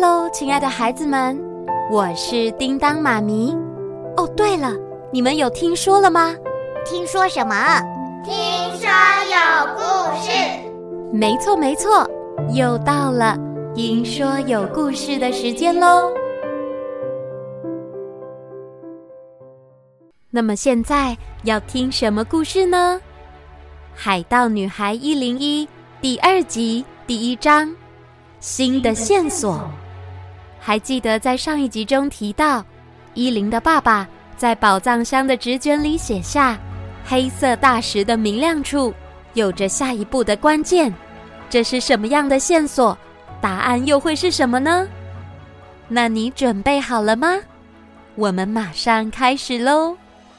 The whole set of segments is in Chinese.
Hello， 亲爱的孩子们，我是叮当妈咪。哦，对了，你们有听说了吗？ 听说什么？ 听说有故事。 没错没错，又到了听说有故事的时间咯。那么现在要听什么故事呢？海盗女孩101第2集第1章，新的线索。还记得在上一集中提到，10的爸爸在宝藏箱的纸卷里写下黑色大石的明亮处有着下一步的关键，这是什么样的线索？答案又会是什么呢？那你准备好了吗？我们马上开始咯。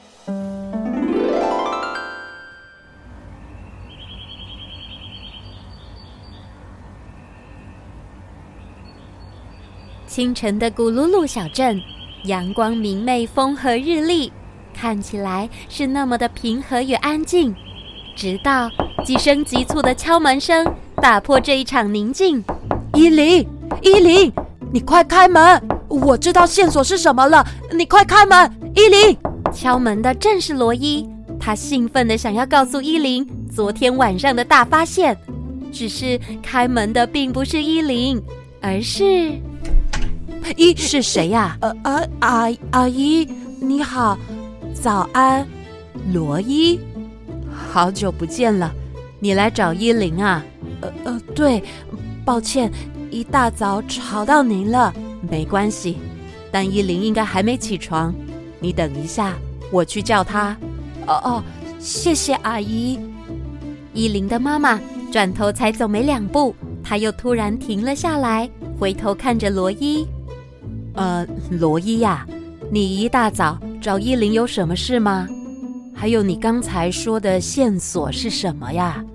清晨的古鲁鲁小镇，阳光明媚，风和日丽，看起来是那么的平和与安静，直到几声急促的敲门声打破这一场宁静。 10，你快开门！我知道线索是什么了，你快开门！10， 敲门的正是罗伊，他兴奋地想要告诉10昨天晚上的大发现，只是开门的并不是10，而是是谁呀？阿姨，你好，早安， 罗伊，好久不见了，你来找10啊？ 对，抱歉，一大早吵到您了。 没关系，但10应该还没起床，你等一下，我去叫他。 谢谢阿姨。 10的妈妈转头才走没2步，她又突然停了下来，回头看着罗伊。罗伊呀，你一大早找10有什么事吗？还有你刚才说的线索是什么呀？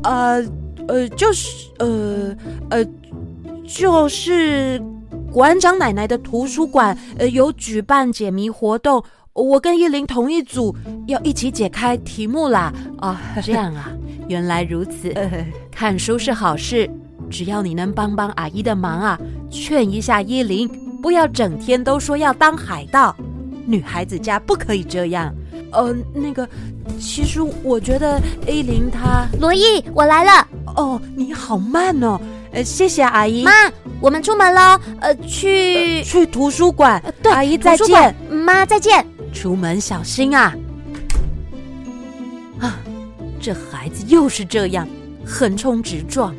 就是馆长奶奶的图书馆有举办解谜活动，我跟10同一组，要一起解开题目啦。 这样啊，原来如此。看书是好事，只要你能帮帮阿姨的忙啊，劝一下10，不要整天都说要当海盗，女孩子家不可以这样。 其实我觉得10她…… 罗伊，我来了。 你好慢哦。谢谢阿姨。 妈，我们出门咯，去图书馆。 对， 阿姨再见。 妈再见。 出门小心啊！这孩子又是这样横冲直撞。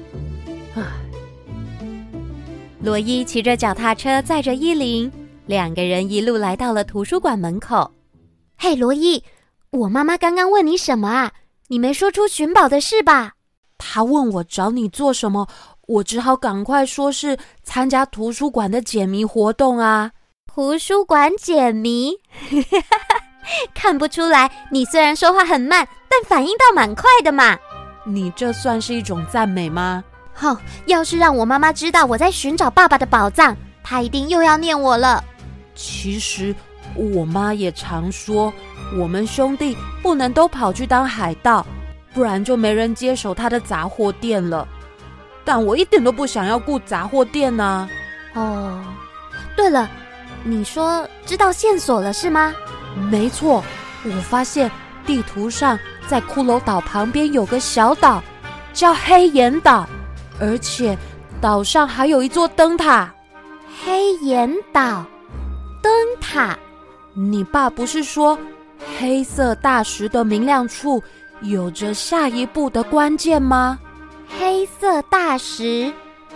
罗伊骑着脚踏车载着10，两个人一路来到了图书馆门口。 嘿，罗伊，我妈妈刚刚问你什么啊？你没说出寻宝的事吧？ 她问我找你做什么，我只好赶快说是参加图书馆的解谜活动啊。 图书馆解谜？看不出来，你虽然说话很慢，但反应倒蛮快的嘛。 你这算是一种赞美吗？ 要是让我妈妈知道我在寻找爸爸的宝藏，她一定又要念我了。 其实我妈也常说，我们兄弟不能都跑去当海盗，不然就没人接手他的杂货店了。但我一点都不想要顾杂货店啊。 对了，你说知道线索了是吗？ 没错，我发现地图上在骷髅岛旁边有个小岛，叫黑岩岛，而且岛上还有一座灯塔。 黑岩岛，灯塔。 你爸不是说黑色大石的明亮处有着下一步的关键吗？ 黑色大石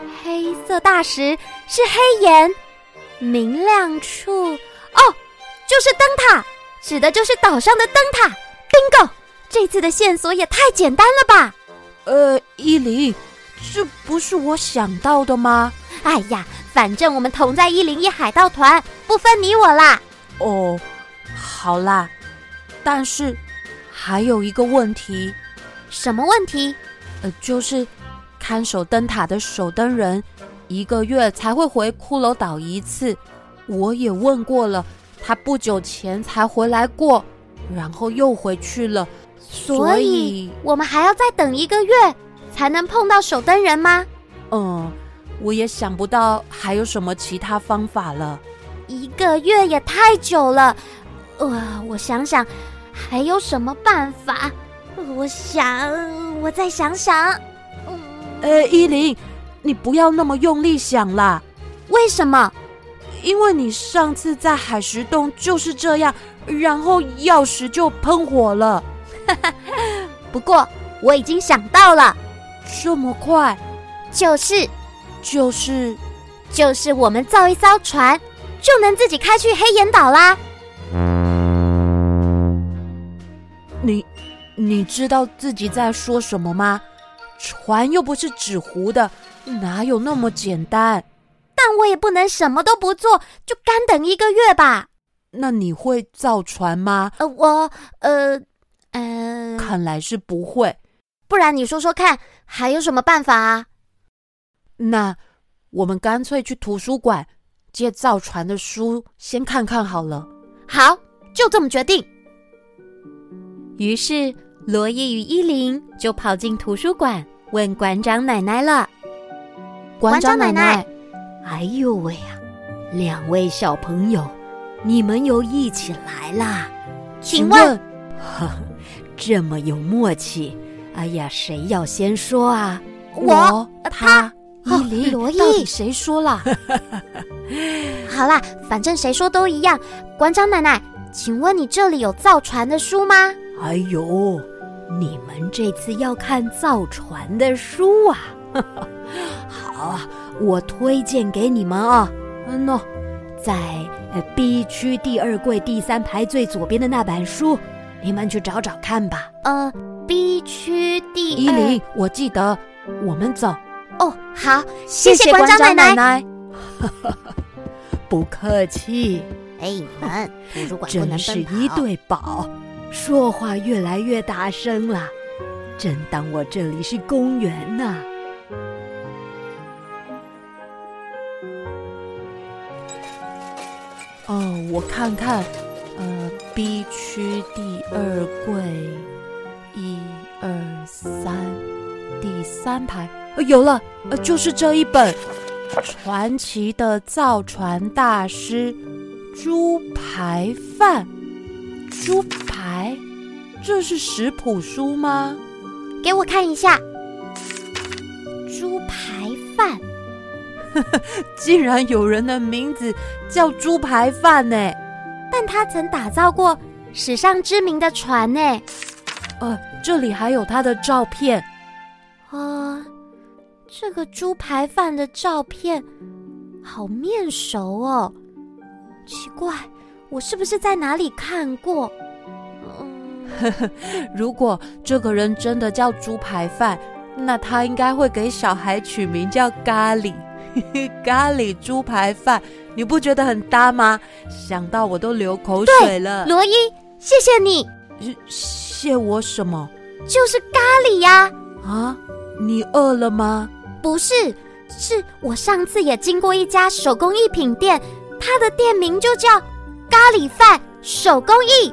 是黑岩，明亮处就是灯塔，指的就是岛上的灯塔。Bingo！ 这次的线索也太简单了吧 ！10，这不是我想到的吗？ 哎呀，反正我们同在101海盗团，不分你我啦。 好啦，但是还有一个问题。 什么问题？ 就是看守灯塔的守灯人1个月才会回骷髅岛1次，我也问过了，他不久前才回来过，然后又回去了， 所以我们还要再等1个月才能碰到守灯人吗？ 我也想不到还有什么其他方法了。 1个月也太久了，我想想还有什么办法？我再想想。 依琳，你不要那么用力想啦。 为什么？ 因为你上次在海石洞就是这样，然后钥匙就喷火了。 不过我已经想到了。 这么快？ 就是我们造一艘船，就能自己开去黑岩岛啦。 你知道自己在说什么吗？船又不是纸糊的，哪有那么简单？ 但我也不能什么都不做，就干等1个月吧。 那你会造船吗？看来是不会。 不然你说说看，还有什么办法啊？ 那我们干脆去图书馆借造船的书先看看好了。 好，就这么决定。 于是罗伊与依琳就跑进图书馆问馆长奶奶了。 馆长奶奶， 哎呦喂呀，2位小朋友，你们又一起来啦？ 请问， 这么有默契，哎呀，谁要先说啊？ 我，他， 依琳， 罗伊， 到底谁说啦？ 好啦，反正谁说都一样。馆长奶奶，请问你这里有造船的书吗？ 哎呦，你们这次要看造船的书啊？好啊，我推荐给你们啊。在 B 区第2柜第3排最左边的那本书，你们去找找看吧。 B 区第依琳，我记得，我们走。 哦，好，谢谢馆长奶奶。 不客气。 你们图书馆不能奔跑， 真是一对宝，说话越来越大声了，真当我这里是公园呢。 我看看，B 区第2柜1、2、3，第3排，有了，就是这一本《传奇的造船大师猪排饭》。猪排？这是食谱书吗？ 给我看一下。猪排饭。 竟然有人的名字叫猪排饭呢！ 但他曾打造过史上知名的船呢。 这里还有他的照片。 这个猪排饭的照片好面熟哦，奇怪，我是不是在哪里看过？ 如果这个人真的叫猪排饭，那他应该会给小孩取名叫咖喱。咖喱猪排饭，你不觉得很搭吗？想到我都流口水了。 罗伊，谢谢你。 谢我什么？ 就是咖喱呀。 你饿了吗？ 不是，是我上次也经过一家手工艺品店，它的店名就叫咖喱饭手工艺。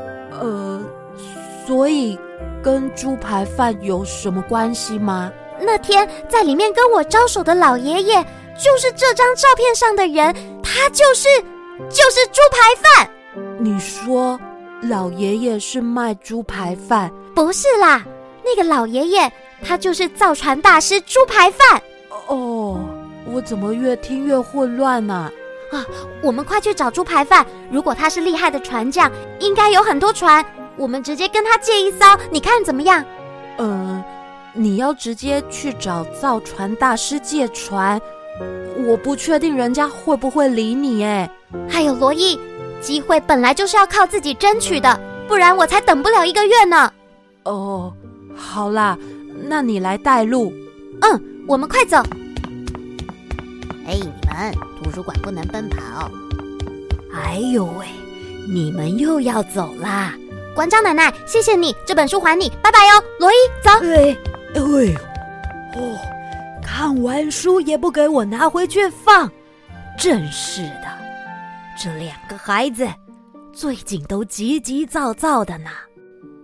所以跟猪排饭有什么关系吗？ 那天在里面跟我招手的老爷爷，就是这张照片上的人，他就是猪排饭。 你说老爷爷是卖猪排饭？ 不是啦，那个老爷爷他就是造船大师猪排饭。 我怎么越听越混乱啊？ 我们快去找猪排饭，如果他是厉害的船匠，应该有很多船，我们直接跟他借一艘，你看怎么样？ 你要直接去找造船大师借船，我不确定人家会不会理你哎。 还有罗伊，机会本来就是要靠自己争取的，不然我才等不了1个月呢。 好啦，那你来带路。 我们快走。 你们图书馆不能奔跑。哎呦喂，你们又要走啦？ 馆长奶奶，谢谢你，这本书还你，拜拜哟。罗伊，走。 看完书也不给我拿回去放，真是的，这2个孩子最近都急急躁躁的呢。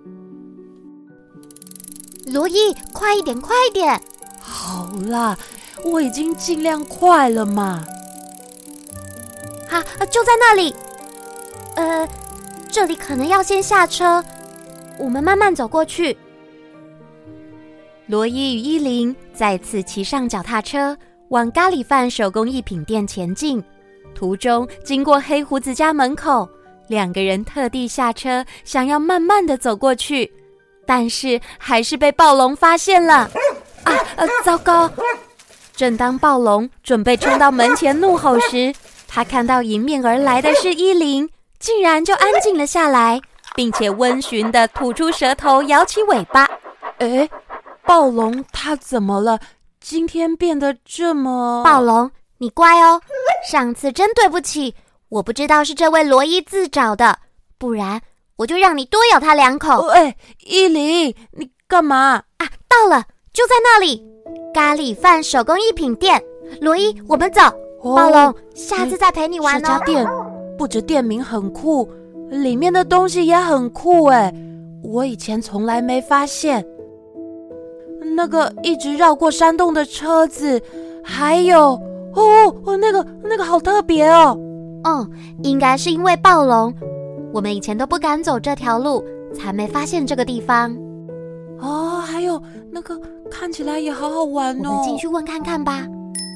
罗伊，快一点，快一点！ 好啦， 我已经尽量快了嘛。 就在那里。这里可能要先下车，我们慢慢走过去。 罗伊与依琳再次骑上脚踏车，往咖喱饭手工艺品店前进。途中经过黑胡子家门口，两个人特地下车，想要慢慢的走过去，但是还是被暴龙发现了。糟糕！正当暴龙准备冲到门前怒吼时，他看到迎面而来的是依琳，竟然就安静了下来，并且温驯地吐出舌头，摇起尾巴。 暴龙它怎么了？今天变得这么…… 暴龙，你乖哦。上次真对不起，我不知道是这位罗伊自找的，不然我就让你多咬他2口。 依琳，你干嘛？ 到了，就在那里，咖喱饭手工艺品店。罗伊，我们走。暴龙，下次再陪你玩哦。 这家店不止店名很酷，里面的东西也很酷我以前从来没发现。那个一直绕过山洞的车子，还有那个好特别哦。 应该是因为暴龙，我们以前都不敢走这条路，才没发现这个地方。 还有那个看起来也好好玩哦。 我们进去问看看吧。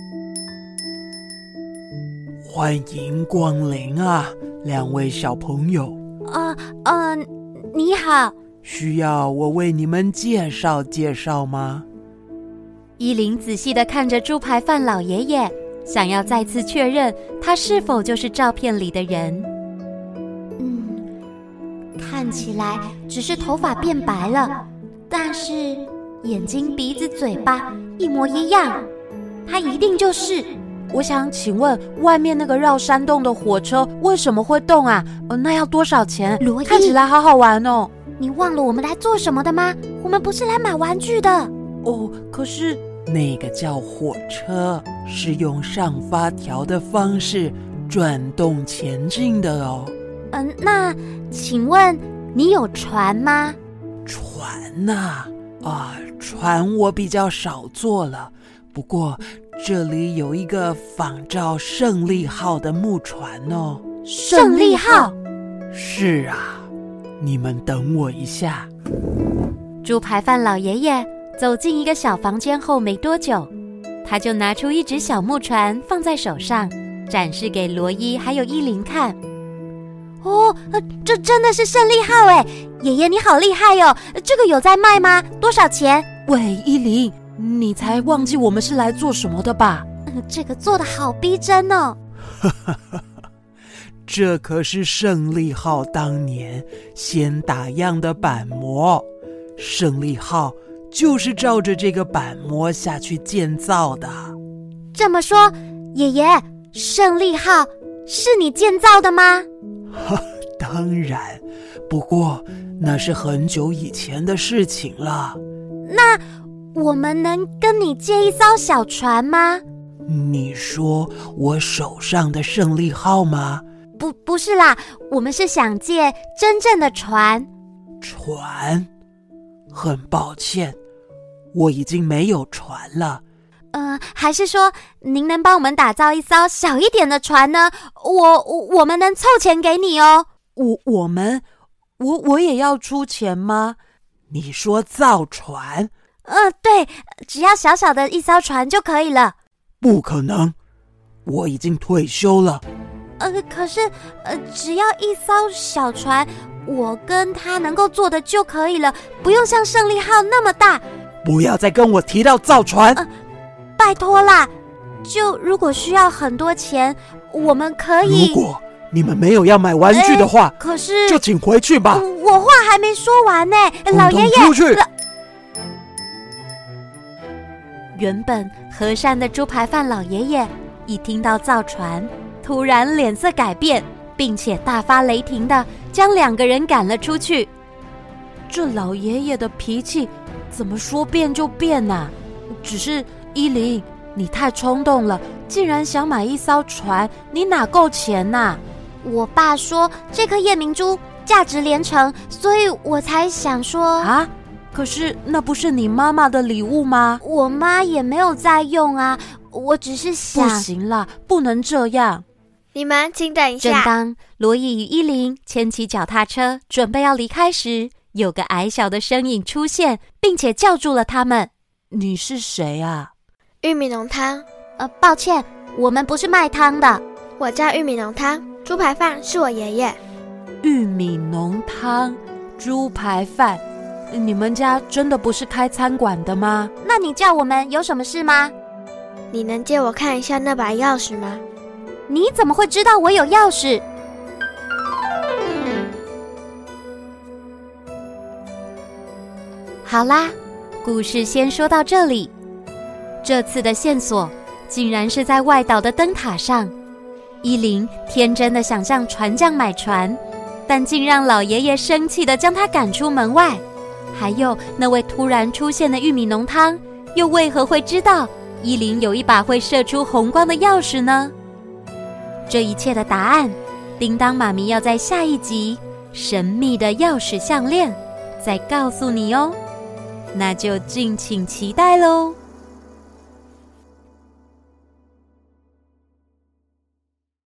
欢迎光临啊，两位小朋友。 你好。 需要我为你们介绍介绍吗？ 依琳仔细地看着猪排饭老爷爷，想要再次确认他是否就是照片里的人。 看起来只是头发变白了，但是眼睛、鼻子、嘴巴一模一样，他一定就是。 我想请问，外面那个绕山洞的火车为什么会动啊？那要多少钱？ 罗伊， 看起来好好玩哦。 你忘了我们来做什么的吗？我们不是来买玩具的。 可是那个叫火车，是用上发条的方式转动前进的哦。 那请问你有船吗？ 船呐？船我比较少坐了，不过这里有一个仿照胜利号的木船哦。 胜利号？ 是啊，你们等我一下。 猪排饭老爷爷走进一个小房间后没多久，他就拿出一只小木船放在手上，展示给罗伊还有依琳看。 这真的是胜利号耶！爷爷你好厉害哦！这个有在卖吗？多少钱？ 喂，依琳，你才忘记我们是来做什么的吧？ 这个做得好逼真哦。 这可是胜利号当年先打样的板模，胜利号就是照着这个板模下去建造的。 这么说，爷爷，胜利号是你建造的吗？ 当然，不过那是很久以前的事情了。 那我们能跟你借一艘小船吗？ 你说我手上的胜利号吗？ 不是啦，我们是想借真正的船。 船？很抱歉，我已经没有船了。 还是说您能帮我们打造一艘小一点的船呢？我们能凑钱给你哦。 我也要出钱吗？ 你说造船？ 对，只要小小的一艘船就可以了。 不可能，我已经退休了。 可是只要一艘小船，我跟他能够做的就可以了，不用像胜利号那么大。 不要再跟我提到造船。 拜托啦，就如果需要很多钱，我们可以。 如果你们没有要买玩具的话， 可是就请回去吧。 我话还没说完呢，老爷爷。 出去。 原本和善的猪排饭老爷爷一听到造船，突然脸色改变，并且大发雷霆的将2个人赶了出去。 这老爷爷的脾气怎么说变就变啊？只是依琳，你太冲动了，竟然想买一艘船，你哪够钱啊？ 我爸说这颗夜明珠价值连城，所以我才想说。 可是那不是你妈妈的礼物吗？ 我妈也没有在用啊，我只是想…… 不行啦，不能这样。 你们请等一正下。 当罗伊与依琳牵起脚踏车准备要离开时，有个矮小的身影出现，并且叫住了他们。 你是谁啊？ 玉米浓汤。 抱歉，我们不是卖汤的。 我叫玉米浓汤，猪排饭是我爷爷。 玉米浓汤、猪排饭，你们家真的不是开餐馆的吗？ 那你叫我们有什么事吗？ 你能借我看一下那把钥匙吗？ 你怎么会知道我有钥匙？ 好啦，故事先说到这里。这次的线索竟然是在外岛的灯塔上。依琳天真的想向船匠买船，但竟让老爷爷生气地将他赶出门外。还有那位突然出现的玉米浓汤，又为何会知道依琳有一把会射出红光的钥匙呢？这一切的答案，叮当妈咪要在下一集《神秘的钥匙项链》再告诉你哦。那就敬请期待咯。